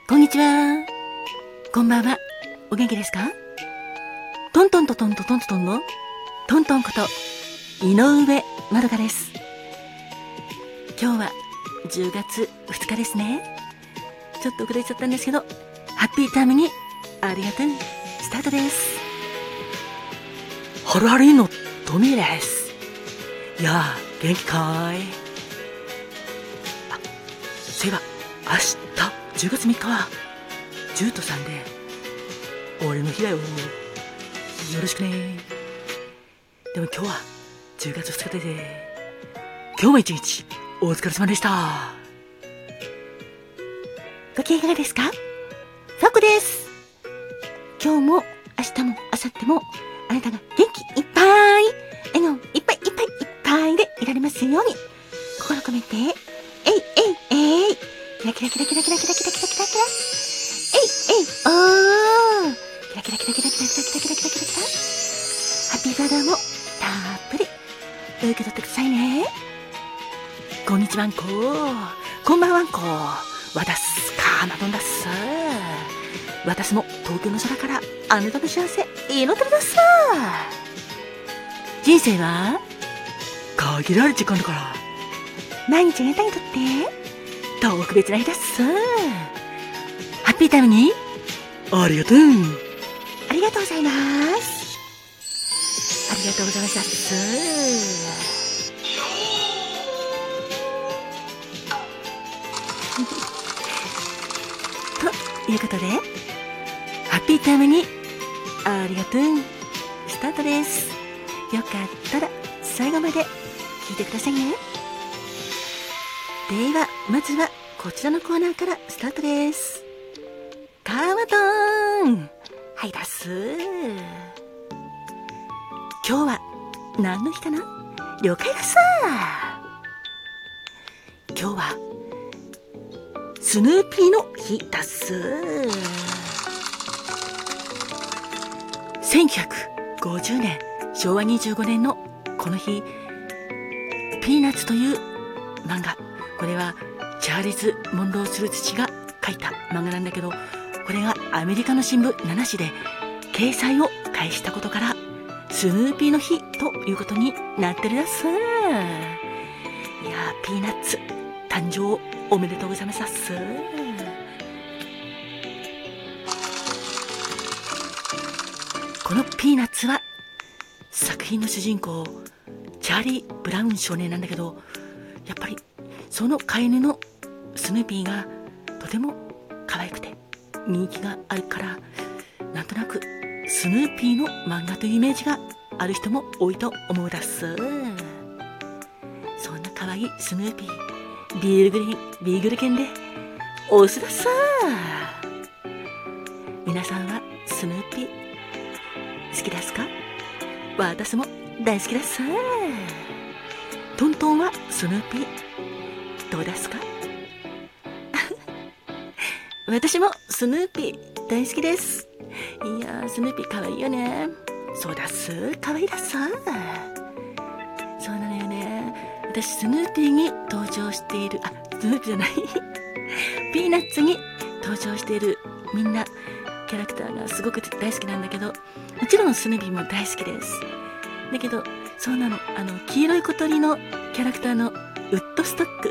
こんにちは。こんばんは。お元気ですか？トントンとトンとトンとトンのトントンこと井上まどかです。今日は10月2日ですね。ちょっと遅れちゃったんですけど、ハッピータイムにありがとう。スタートです。ハルハリーのトミーです。いやー、元気かーい。そういえば明日10月3日は10と3で俺の日だよ。よろしくね。でも今日は10月2日で、今日も一日お疲れ様でした。ご機嫌いかがですか？ファコです。今日も明日も明後日もあなたが元気いっぱい、笑顔いっぱいいっぱいいっぱいでいられますように、心込めて、えいえいえい、キラキラキラキラキラキラキラキラキラキラ、えいえいおー、キラキラキラキラキラキラキラキラキラキラキラ、ハッピーバーダーもたっぷり受け取ってくださいね。こんにちはんこ、こんばんはんこ、わたすかなどんだっす。私も東京の空からあなたの幸せ祈ってるだっす。人生は限られる時間だから、毎日あなたにとって特別な日だっす。ハッピータイムにありがとう。ありがとうございます。ありがとうございましたっす。ということで、ハッピータイムにありがとうスタートです。よかったら最後まで聞いてくださいね。ではまずはこちらのコーナーからスタートです。カーマトーン、はいだっす。今日は何の日かな？了解だっす。今日はスヌーピーの日だっす。1950年昭和25年のこの日、ピーナッツという漫画、これはチャーリーズ・モンロー・スルツ氏が書いた漫画なんだけど、これがアメリカの新聞7紙で掲載を開始したことから、スヌーピーの日ということになってるだっす。いやー、ピーナッツ誕生おめでとうございますだっす。このピーナッツは作品の主人公チャーリー・ブラウン少年なんだけど、やっぱりその飼い犬のスヌーピーがとても可愛くて人気があるから、なんとなくスヌーピーの漫画というイメージがある人も多いと思うだっす。そんな可愛いスヌーピー、ビーグル犬でオスだっす。皆さんはスヌーピー好きですか？私も大好きです。トントンはスヌーピーどうですか？私もスヌーピー大好きです。いやー、スヌーピーかわいいよね。そうだっす、かわいいだっす。そうなのよね。私スヌーピーに登場している、スヌーピーじゃないピーナッツに登場しているみんなキャラクターがすごく大好きなんだけど、もちろんスヌーピーも大好きです。だけどそうなの、黄色い小鳥のキャラクターのウッドストック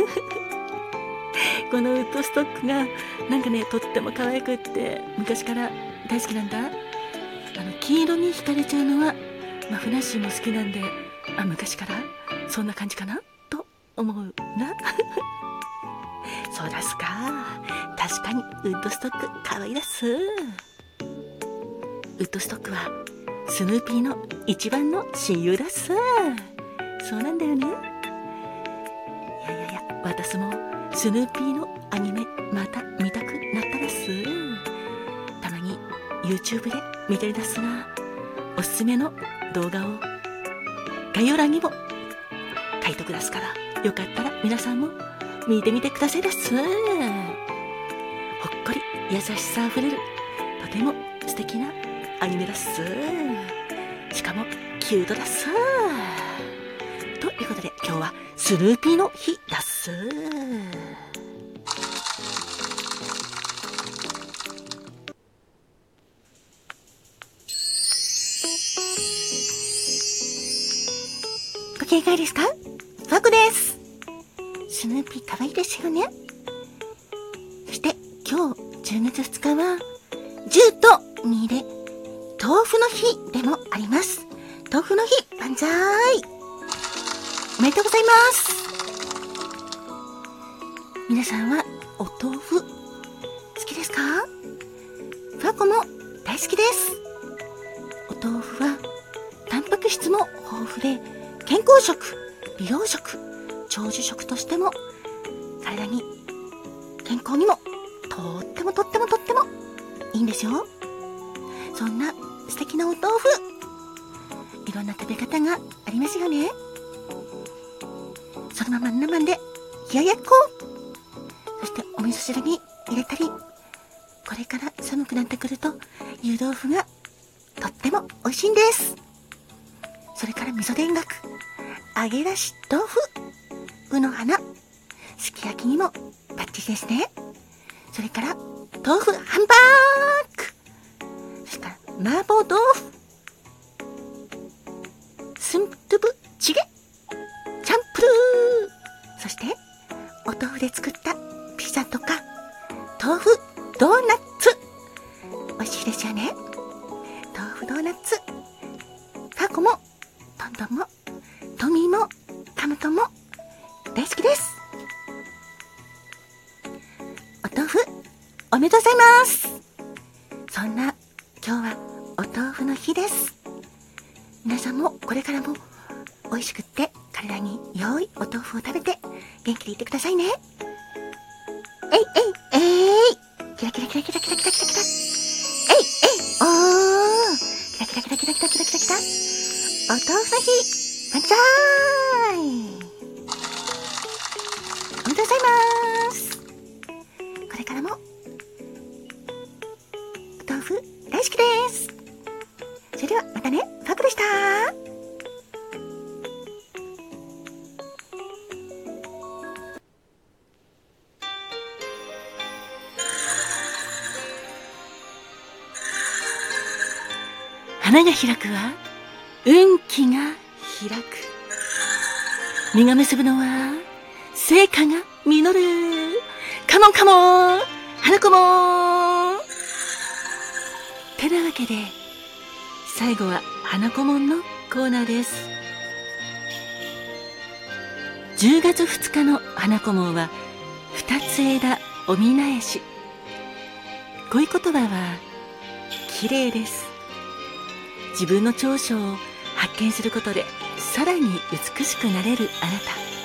このウッドストックがなんかね、とっても可愛くって昔から大好きなんだ。黄色に惹かれちゃうのは、フナッシーも好きなんで、昔からそんな感じかなと思うなそうですか。確かにウッドストック可愛いです。ウッドストックはスヌーピーの一番の親友だっす。そうなんだよね。いや私もスヌーピーのアニメまた見たくなったらっす。たまに YouTube で見てるだっすが、おすすめの動画を概要欄にも書いとくだすから、よかったら皆さんも見てみてくださいだっす。ほっこり優しさあふれるとても素敵なアニメだっす。しかもキュートだっす。ということで今日はスヌーピーの日だっす。 正解ですか？ファコです。スヌーピーかわいいですよね。そして今日10月2日は10と2で豆腐の日でもあります。豆腐の日、万歳。おめでとうございます。皆さんはお豆腐好きですか？ファコも大好きです。お豆腐はタンパク質も豊富で健康食、美容食、長寿食としても体に健康にもとってもいいんですよ。そんな素敵なお豆腐、いろんな食べ方がありますよね。そのまま生で冷ややっこ、そしてお味噌汁に入れたり、これから寒くなってくると湯豆腐がとっても美味しいんです。それから味噌田楽、揚げ出し豆腐、うの花、すき焼きにもバッチリですね。それから豆腐ハンバーグ、それから麻婆豆腐、スンドゥブチゲ、チャンプルー、そしてお豆腐で作ったピザとか豆腐ドーナツ、美味しいですよね。豆腐ドーナツ、ファコもトントンもトミーもカムトンも大好きです。お豆腐おめでとうございます。そんな今日はお豆腐の日です。皆さんもこれからも美味しくって体に良いお豆腐を食べて元気でいてくださいね。キラキラキラキラキラキラキラキラ、おー、キラキラキラキラキラキラキラキラ、お豆腐の日、万歳。おめでとうございます。これからもお豆腐大好きです。それではまたね、ファコでした。花が開くは運気が開く。実が結ぶのは成果が実る。カモンカモン、花子もん。てなわけで最後は花子もんのコーナーです。10月2日の花子もんは二つ枝おみなえし。恋言葉は綺麗です。自分の長所を発見することでさらに美しくなれるあな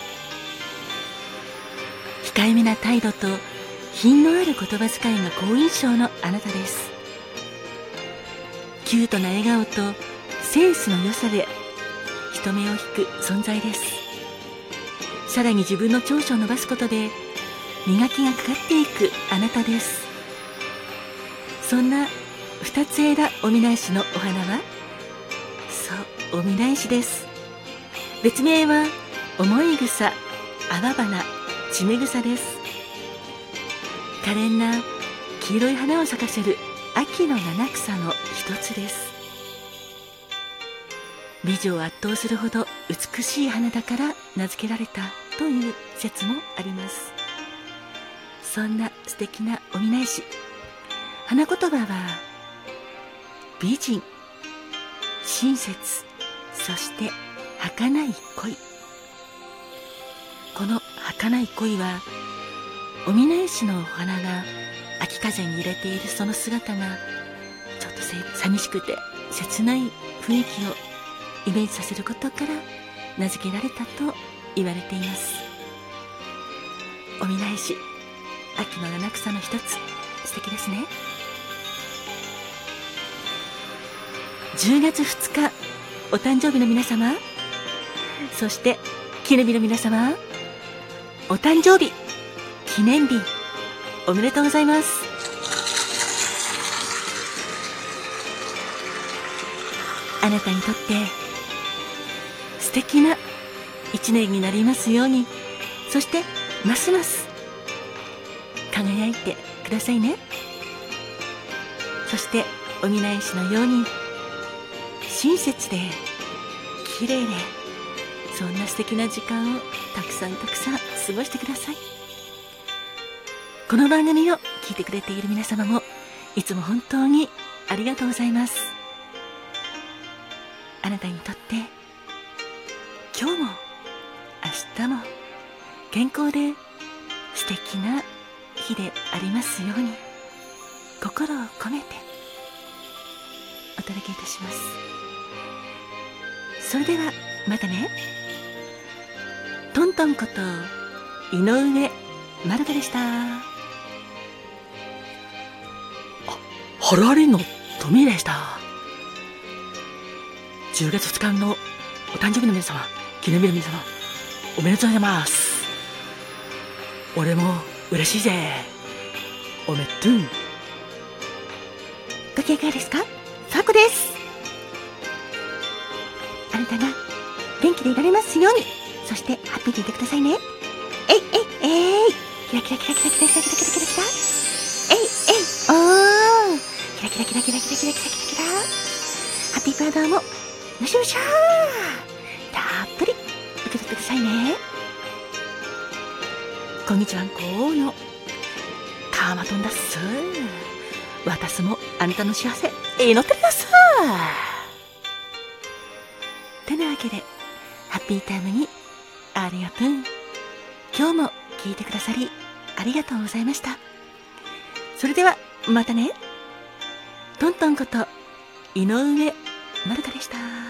た。控えめな態度と品のある言葉遣いが好印象のあなたです。キュートな笑顔とセンスの良さで人目を引く存在です。さらに自分の長所を伸ばすことで磨きがかかっていくあなたです。そんな二つ枝おみなえしのお花は、そう、おみなえしです。別名は思い草、泡花、ちめ草です。可憐な黄色い花を咲かせる秋の七草の一つです。美女を圧倒するほど美しい花だから名付けられたという説もあります。そんな素敵なおみなえし、花言葉は美人、親切、そして儚い恋。この儚い恋はおみなえしのお花が秋風に揺れているその姿がちょっと寂しくて切ない雰囲気をイメージさせることから名付けられたと言われています。おみなえし、秋の七草の一つ、素敵ですね。10月2日、お誕生日の皆様、そして記念日の皆様、お誕生日、記念日、おめでとうございます。あなたにとって素敵な一年になりますように、そしてますます輝いてくださいね。そしておみなえしのように親切で綺麗で、 そんな素敵な時間をたくさん過ごしてください。この番組を聞いてくれている皆様もいつも本当にありがとうございます。あなたにとって今日も明日も健康で素敵な日でありますように心を込めてお届けいたします。それではまたね。トントンこと井上まるかでした。ハルアリンのトミーでした。10月2日のお誕生日の皆様、記念日の皆様、おめでとうございます。俺も嬉しいぜ。おめっとん。ご機嫌いかがですか？さこです。あなたが元気でいられますように、そしてハッピーでいてくださいね。キラキラキラキラキラキラキラキラキラキラおーキラキラキラキラキラキラキラキラキラハッピーパウダーもむしゃむしゃたっぷり受け取ってくださいね。こんにちはんこーのカーマトンだっす。私もあんたの幸せ祈ってるよっす。てなわけでハッピータイムにありがとう。今日も聞いてくださりありがとうございました。それではまたね。トントンこと井上まるかでした。